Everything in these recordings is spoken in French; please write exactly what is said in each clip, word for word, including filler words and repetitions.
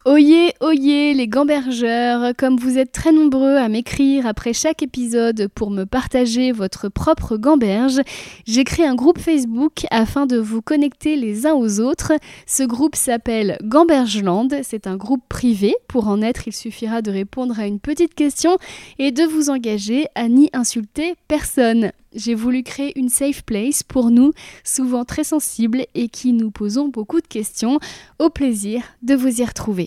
Oyez, oyez les gambergeurs, comme vous êtes très nombreux à m'écrire après chaque épisode pour me partager votre propre gamberge, j'ai créé un groupe Facebook afin de vous connecter les uns aux autres. Ce groupe s'appelle Gambergeland, c'est un groupe privé. Pour en être, il suffira de répondre à une petite question et de vous engager à n'y insulter personne. J'ai voulu créer une safe place pour nous, souvent très sensibles et qui nous posons beaucoup de questions. Au plaisir de vous y retrouver.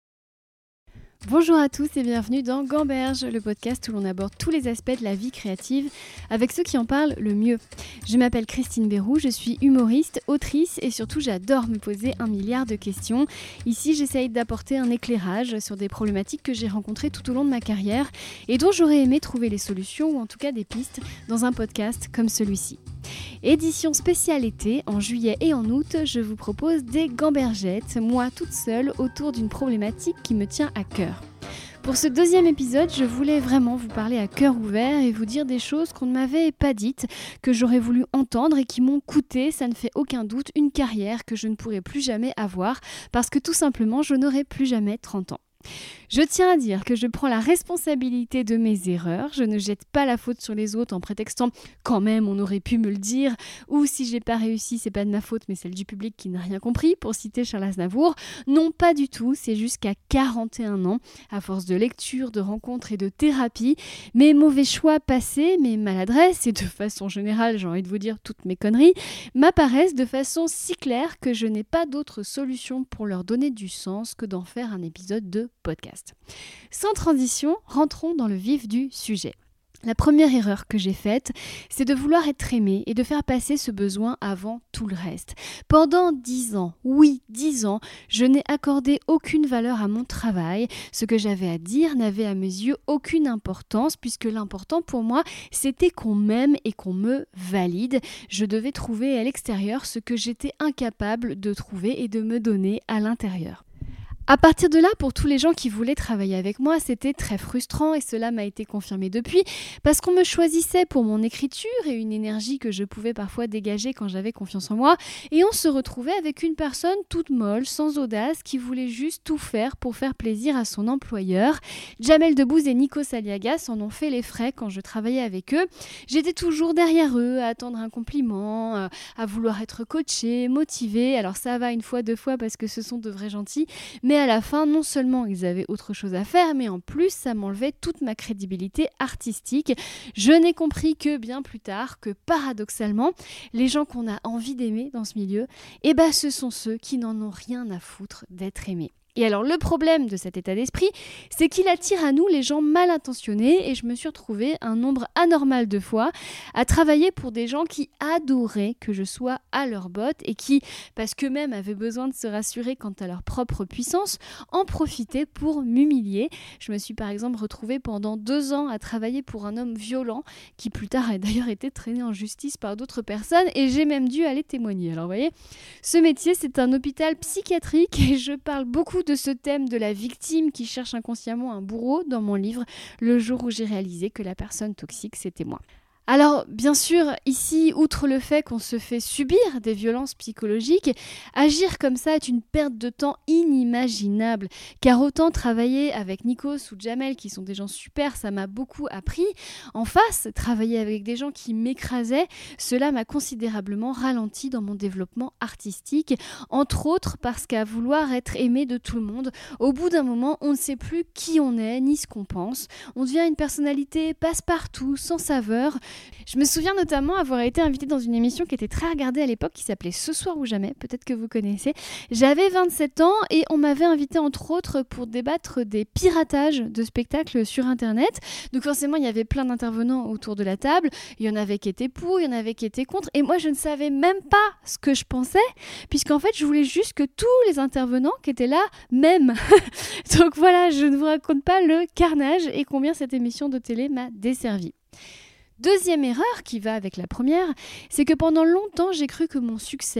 Bonjour à tous et bienvenue dans Gamberge, le podcast où l'on aborde tous les aspects de la vie créative avec ceux qui en parlent le mieux. Je m'appelle Christine Béroux, je suis humoriste, autrice et surtout j'adore me poser un milliard de questions. Ici, j'essaye d'apporter un éclairage sur des problématiques que j'ai rencontrées tout au long de ma carrière et dont j'aurais aimé trouver les solutions ou en tout cas des pistes dans un podcast comme celui-ci. Édition spéciale été, en juillet et en août, je vous propose des gambergettes, moi toute seule, autour d'une problématique qui me tient à cœur. Pour ce deuxième épisode, je voulais vraiment vous parler à cœur ouvert et vous dire des choses qu'on ne m'avait pas dites, que j'aurais voulu entendre et qui m'ont coûté, ça ne fait aucun doute, une carrière que je ne pourrai plus jamais avoir parce que tout simplement, je n'aurai plus jamais trente ans. Je tiens à dire que je prends la responsabilité de mes erreurs, je ne jette pas la faute sur les autres en prétextant « quand même on aurait pu me le dire » ou « si j'ai pas réussi c'est pas de ma faute mais celle du public qui n'a rien compris » pour citer Charles Aznavour. Non, pas du tout, c'est juste qu'à quarante et un ans, à force de lecture, de rencontres et de thérapie, mes mauvais choix passés, mes maladresses et de façon générale, j'ai envie de vous dire toutes mes conneries, m'apparaissent de façon si claire que je n'ai pas d'autre solution pour leur donner du sens que d'en faire un épisode de podcast. Sans transition, rentrons dans le vif du sujet. La première erreur que j'ai faite, c'est de vouloir être aimée et de faire passer ce besoin avant tout le reste. Pendant dix ans, oui, dix ans, je n'ai accordé aucune valeur à mon travail. Ce que j'avais à dire n'avait à mes yeux aucune importance puisque l'important pour moi, c'était qu'on m'aime et qu'on me valide. Je devais trouver à l'extérieur ce que j'étais incapable de trouver et de me donner à l'intérieur. À partir de là, pour tous les gens qui voulaient travailler avec moi, c'était très frustrant et cela m'a été confirmé depuis parce qu'on me choisissait pour mon écriture et une énergie que je pouvais parfois dégager quand j'avais confiance en moi et on se retrouvait avec une personne toute molle, sans audace, qui voulait juste tout faire pour faire plaisir à son employeur. Jamel Debbouze et Nikos Aliagas en ont fait les frais quand je travaillais avec eux. J'étais toujours derrière eux à attendre un compliment, à vouloir être coachée, motivée. Alors ça va une fois, deux fois parce que ce sont de vrais gentils, mais Mais à la fin, non seulement ils avaient autre chose à faire, mais en plus, ça m'enlevait toute ma crédibilité artistique. Je n'ai compris que bien plus tard que, paradoxalement, les gens qu'on a envie d'aimer dans ce milieu, eh ben, ce sont ceux qui n'en ont rien à foutre d'être aimés. Et alors le problème de cet état d'esprit, c'est qu'il attire à nous les gens mal intentionnés et je me suis retrouvée un nombre anormal de fois à travailler pour des gens qui adoraient que je sois à leur botte et qui, parce qu'eux-mêmes avaient besoin de se rassurer quant à leur propre puissance, en profitaient pour m'humilier. Je me suis par exemple retrouvée pendant deux ans à travailler pour un homme violent qui plus tard a d'ailleurs été traîné en justice par d'autres personnes et j'ai même dû aller témoigner. Alors vous voyez, ce métier c'est un hôpital psychiatrique et je parle beaucoup de ce thème de la victime qui cherche inconsciemment un bourreau dans mon livre le jour où j'ai réalisé que la personne toxique c'était moi. Alors, bien sûr, ici, outre le fait qu'on se fait subir des violences psychologiques, agir comme ça est une perte de temps inimaginable. Car autant travailler avec Nikos ou Jamel, qui sont des gens super, ça m'a beaucoup appris. En face, travailler avec des gens qui m'écrasaient, cela m'a considérablement ralenti dans mon développement artistique. Entre autres parce qu'à vouloir être aimé de tout le monde, au bout d'un moment, on ne sait plus qui on est, ni ce qu'on pense. On devient une personnalité passe-partout, sans saveur. Je me souviens notamment avoir été invitée dans une émission qui était très regardée à l'époque, qui s'appelait Ce soir ou jamais, peut-être que vous connaissez. J'avais vingt-sept ans et on m'avait invitée entre autres pour débattre des piratages de spectacles sur Internet. Donc forcément, il y avait plein d'intervenants autour de la table. Il y en avait qui étaient pour, il y en avait qui étaient contre. Et moi, je ne savais même pas ce que je pensais, puisqu'en fait, je voulais juste que tous les intervenants qui étaient là m'aiment. Donc voilà, je ne vous raconte pas le carnage et combien cette émission de télé m'a desservie. Deuxième erreur qui va avec la première, c'est que pendant longtemps, j'ai cru que mon succès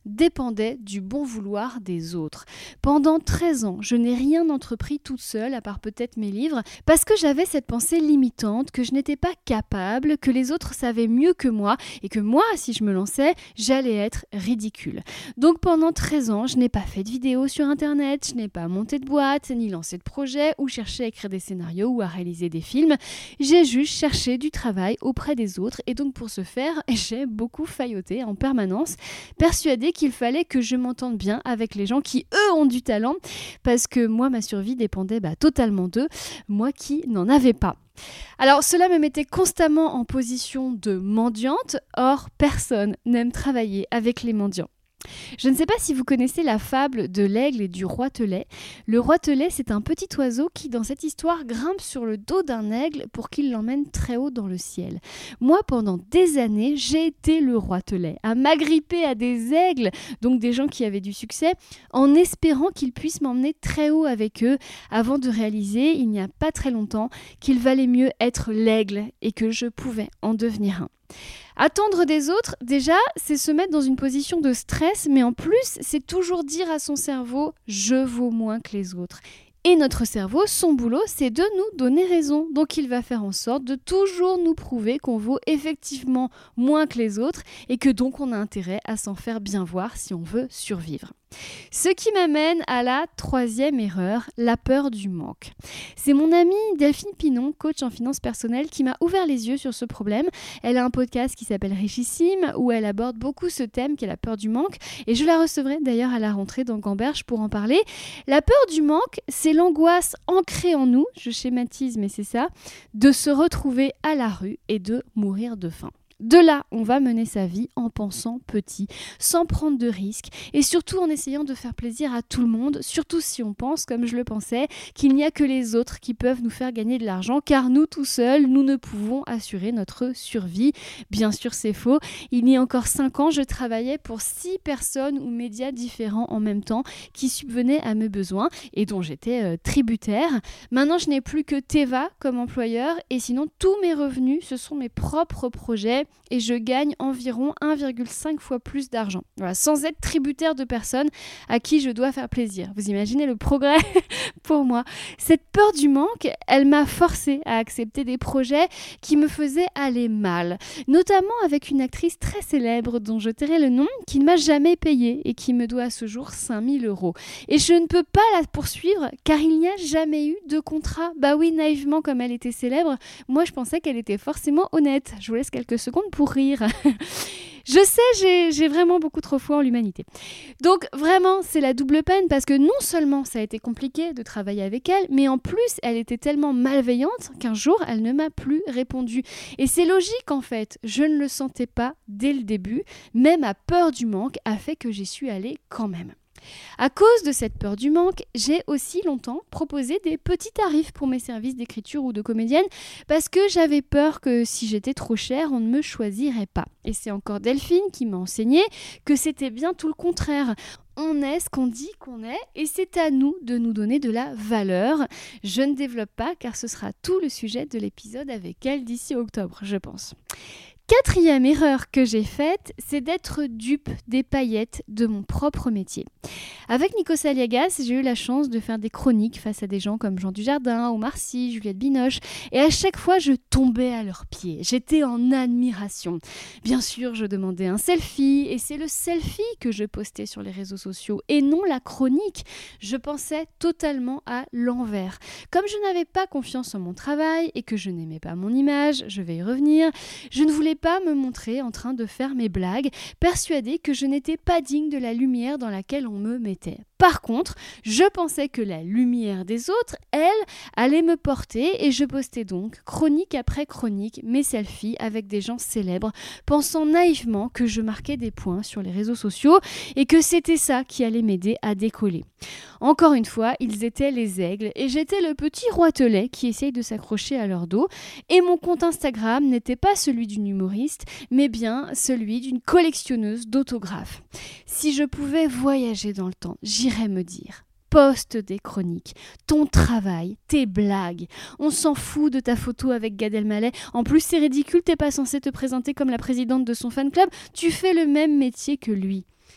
dépendait du bon vouloir des autres. Pendant treize ans, je n'ai rien entrepris toute seule, à part peut-être mes livres, parce que j'avais cette pensée limitante que je n'étais pas capable, que les autres savaient mieux que moi, et que moi, si je me lançais, j'allais être ridicule. Donc pendant treize ans, je n'ai pas fait de vidéos sur internet, je n'ai pas monté de boîte, ni lancé de projet, ou cherché à écrire des scénarios ou à réaliser des films. J'ai juste cherché du travail auprès des autres, et donc pour ce faire, j'ai beaucoup failloté en permanence, persuadée qu'il fallait que je m'entende bien avec les gens qui, eux, ont du talent, parce que moi, ma survie dépendait bah, totalement d'eux, moi qui n'en avais pas. Alors cela me mettait constamment en position de mendiante, or personne n'aime travailler avec les mendiants. Je ne sais pas si vous connaissez la fable de l'aigle et du roitelet. Le roitelet, c'est un petit oiseau qui, dans cette histoire, grimpe sur le dos d'un aigle pour qu'il l'emmène très haut dans le ciel. Moi, pendant des années, j'ai été le roitelet, à m'agripper à des aigles, donc des gens qui avaient du succès, en espérant qu'ils puissent m'emmener très haut avec eux, avant de réaliser, il n'y a pas très longtemps, qu'il valait mieux être l'aigle et que je pouvais en devenir un. Attendre des autres, déjà, c'est se mettre dans une position de stress, mais en plus, c'est toujours dire à son cerveau « je vaux moins que les autres ». Et notre cerveau, son boulot, c'est de nous donner raison. Donc il va faire en sorte de toujours nous prouver qu'on vaut effectivement moins que les autres et que donc on a intérêt à s'en faire bien voir si on veut survivre. Ce qui m'amène à la troisième erreur, la peur du manque. C'est mon amie Delphine Pinon, coach en finances personnelles, qui m'a ouvert les yeux sur ce problème. Elle a un podcast qui s'appelle Richissime, où elle aborde beaucoup ce thème qui est la peur du manque, et je la recevrai d'ailleurs à la rentrée dans Gamberge pour en parler. La peur du manque, c'est l'angoisse ancrée en nous, je schématise mais c'est ça, de se retrouver à la rue et de mourir de faim. De là, on va mener sa vie en pensant petit, sans prendre de risques et surtout en essayant de faire plaisir à tout le monde, surtout si on pense, comme je le pensais, qu'il n'y a que les autres qui peuvent nous faire gagner de l'argent car nous tout seuls, nous ne pouvons assurer notre survie. Bien sûr, c'est faux. Il y a encore cinq ans, je travaillais pour six personnes ou médias différents en même temps qui subvenaient à mes besoins et dont j'étais euh, tributaire. Maintenant, je n'ai plus que Teva comme employeur et sinon, tous mes revenus, ce sont mes propres projets. Et je gagne environ un virgule cinq fois plus d'argent. Voilà, sans être tributaire de personnes à qui je dois faire plaisir. Vous imaginez le progrès pour moi. Cette peur du manque, elle m'a forcée à accepter des projets qui me faisaient aller mal. Notamment avec une actrice très célèbre dont je tairai le nom, qui ne m'a jamais payée et qui me doit à ce jour cinq mille euros. Et je ne peux pas la poursuivre car il n'y a jamais eu de contrat. Bah oui, naïvement comme elle était célèbre, moi je pensais qu'elle était forcément honnête. Je vous laisse quelques secondes pour rire. Je sais, j'ai, j'ai vraiment beaucoup trop foi en l'humanité. Donc vraiment, c'est la double peine parce que non seulement ça a été compliqué de travailler avec elle, mais en plus, elle était tellement malveillante qu'un jour, elle ne m'a plus répondu. Et c'est logique en fait, je ne le sentais pas dès le début, mais ma peur du manque a fait que j'y suis allée quand même. À cause de cette peur du manque, j'ai aussi longtemps proposé des petits tarifs pour mes services d'écriture ou de comédienne parce que j'avais peur que si j'étais trop chère, on ne me choisirait pas. Et c'est encore Delphine qui m'a enseigné que c'était bien tout le contraire. On est ce qu'on dit qu'on est et c'est à nous de nous donner de la valeur. Je ne développe pas car ce sera tout le sujet de l'épisode avec elle d'ici octobre, je pense. Quatrième erreur que j'ai faite, c'est d'être dupe des paillettes de mon propre métier. Avec Nikos Aliagas, j'ai eu la chance de faire des chroniques face à des gens comme Jean Dujardin, Omar Sy, Juliette Binoche, et à chaque fois, je tombais à leurs pieds. J'étais en admiration. Bien sûr, je demandais un selfie, et c'est le selfie que je postais sur les réseaux sociaux, et non la chronique. Je pensais totalement à l'envers. Comme je n'avais pas confiance en mon travail, et que je n'aimais pas mon image, je vais y revenir, je ne voulais pas me montrer en train de faire mes blagues, persuadée que je n'étais pas digne de la lumière dans laquelle on me mettait. Par contre, je pensais que la lumière des autres, elle, allait me porter et je postais donc, chronique après chronique, mes selfies avec des gens célèbres, pensant naïvement que je marquais des points sur les réseaux sociaux et que c'était ça qui allait m'aider à décoller. Encore une fois, ils étaient les aigles et j'étais le petit roitelet qui essaye de s'accrocher à leur dos et mon compte Instagram n'était pas celui d'une humoriste, mais bien celui d'une collectionneuse d'autographes. Si je pouvais voyager dans le temps, j'irais me dire « Poste des chroniques, ton travail, tes blagues. On s'en fout de ta photo avec Gad Elmaleh. En plus, c'est ridicule, t'es pas censé te présenter comme la présidente de son fan club. Tu fais le même métier que lui. »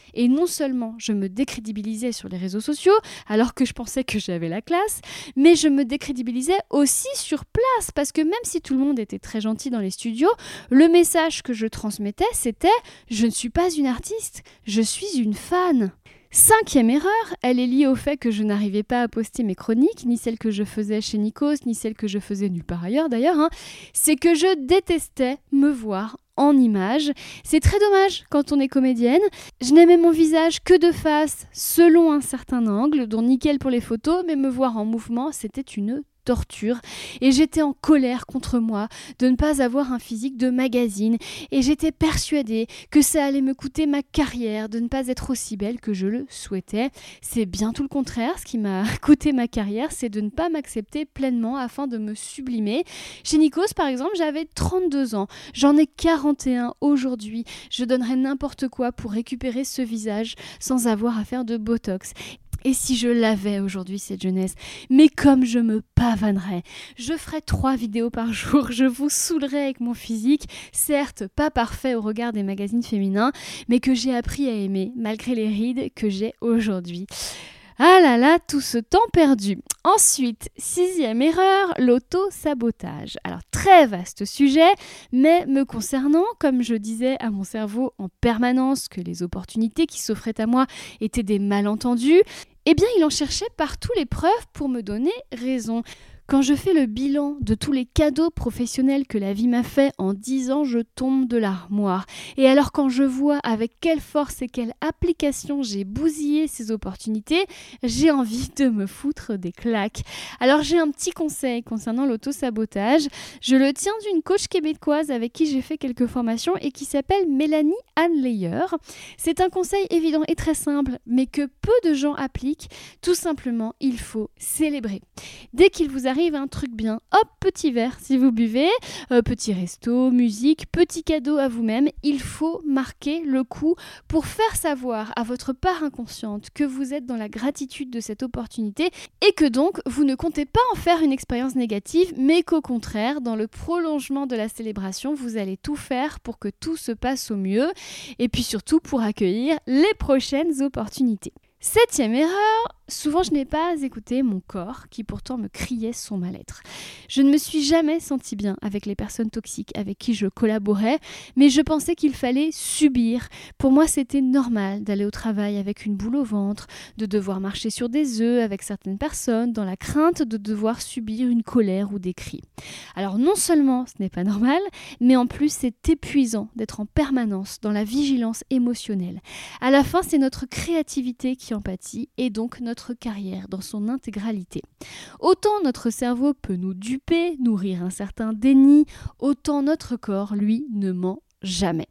Et non seulement je me décrédibilisais sur les réseaux sociaux, alors que je pensais que j'avais la classe, mais je me décrédibilisais aussi sur place, parce que même si tout le monde était très gentil dans les studios, le message que je transmettais, c'était « Je ne suis pas une artiste, je suis une fan ». Cinquième erreur, elle est liée au fait que je n'arrivais pas à poster mes chroniques, ni celles que je faisais chez Nikos, ni celles que je faisais nulle part ailleurs d'ailleurs, hein. C'est que je détestais me voir en images. C'est très dommage quand on est comédienne. Je n'aimais mon visage que de face, selon un certain angle, dont nickel pour les photos, mais me voir en mouvement, c'était une torture. Et j'étais en colère contre moi de ne pas avoir un physique de magazine. Et j'étais persuadée que ça allait me coûter ma carrière de ne pas être aussi belle que je le souhaitais. C'est bien tout le contraire. Ce qui m'a coûté ma carrière, c'est de ne pas m'accepter pleinement afin de me sublimer. Chez Nikos, par exemple, j'avais trente-deux ans. J'en ai quarante et un aujourd'hui. Je donnerais n'importe quoi pour récupérer ce visage sans avoir à faire de botox. Et si je l'avais aujourd'hui, cette jeunesse, mais comme je me pavanerais, je ferais trois vidéos par jour, je vous saoulerais avec mon physique, certes pas parfait au regard des magazines féminins, mais que j'ai appris à aimer, malgré les rides que j'ai aujourd'hui. Ah là là, tout ce temps perdu. Ensuite, sixième erreur, l'auto-sabotage. Alors, très vaste sujet, mais me concernant, comme je disais à mon cerveau en permanence que les opportunités qui s'offraient à moi étaient des malentendus, eh bien, il en cherchait partout les preuves pour me donner raison. Quand je fais le bilan de tous les cadeaux professionnels que la vie m'a fait en dix ans, je tombe de l'armoire. Et alors quand je vois avec quelle force et quelle application j'ai bousillé ces opportunités, j'ai envie de me foutre des claques. Alors j'ai un petit conseil concernant l'auto-sabotage. Je le tiens d'une coach québécoise avec qui j'ai fait quelques formations et qui s'appelle Mélanie Anne Leyer. C'est un conseil évident et très simple, mais que peu de gens appliquent. Tout simplement, il faut célébrer. Dès qu'il vous arrive un truc bien, hop, petit verre si vous buvez, euh, petit resto, musique, petit cadeau à vous-même, il faut marquer le coup pour faire savoir à votre part inconsciente que vous êtes dans la gratitude de cette opportunité et que donc vous ne comptez pas en faire une expérience négative, mais qu'au contraire, dans le prolongement de la célébration, vous allez tout faire pour que tout se passe au mieux et puis surtout pour accueillir les prochaines opportunités. Septième erreur, souvent je n'ai pas écouté mon corps qui pourtant me criait son mal-être. Je ne me suis jamais sentie bien avec les personnes toxiques avec qui je collaborais, mais je pensais qu'il fallait subir. Pour moi, c'était normal d'aller au travail avec une boule au ventre, de devoir marcher sur des œufs avec certaines personnes, dans la crainte de devoir subir une colère ou des cris. Alors non seulement ce n'est pas normal, mais en plus c'est épuisant d'être en permanence dans la vigilance émotionnelle. À la fin, c'est notre créativité qui en pâtit et donc notre carrière dans son intégralité. Autant notre cerveau peut nous duper, nourrir un certain déni, autant notre corps, lui, ne ment jamais.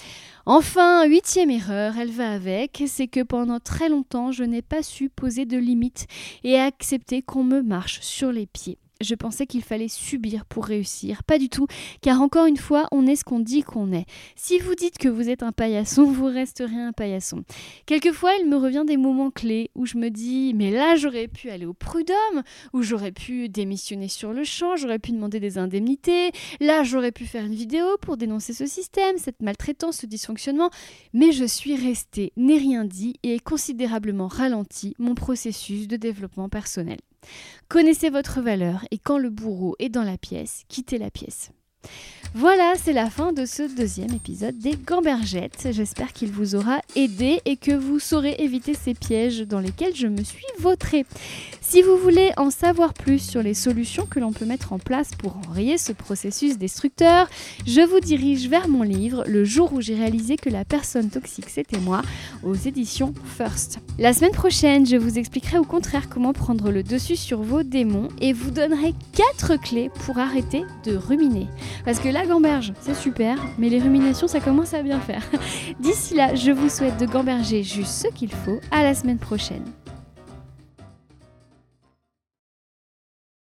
Enfin, huitième erreur, elle va avec, c'est que pendant très longtemps, je n'ai pas su poser de limites et accepter qu'on me marche sur les pieds. Je pensais qu'il fallait subir pour réussir. Pas du tout, car encore une fois, on est ce qu'on dit qu'on est. Si vous dites que vous êtes un paillasson, vous resterez un paillasson. Quelquefois, il me revient des moments clés où je me dis « mais là, j'aurais pu aller au prud'homme, ou j'aurais pu démissionner sur le champ, j'aurais pu demander des indemnités, là, j'aurais pu faire une vidéo pour dénoncer ce système, cette maltraitance, ce dysfonctionnement. » Mais je suis restée, n'ai rien dit et ai considérablement ralenti mon processus de développement personnel. Connaissez votre valeur et quand le bourreau est dans la pièce, quittez la pièce. Voilà, c'est la fin de ce deuxième épisode des Gambergettes. J'espère qu'il vous aura aidé et que vous saurez éviter ces pièges dans lesquels je me suis vautrée. Si vous voulez en savoir plus sur les solutions que l'on peut mettre en place pour enrayer ce processus destructeur, je vous dirige vers mon livre « Le jour où j'ai réalisé que la personne toxique c'était moi » aux éditions First. La semaine prochaine, je vous expliquerai au contraire comment prendre le dessus sur vos démons et vous donnerai quatre clés pour arrêter de ruminer. Parce que la gamberge, c'est super, mais les ruminations, ça commence à bien faire. D'ici là, je vous souhaite de gamberger juste ce qu'il faut. À la semaine prochaine.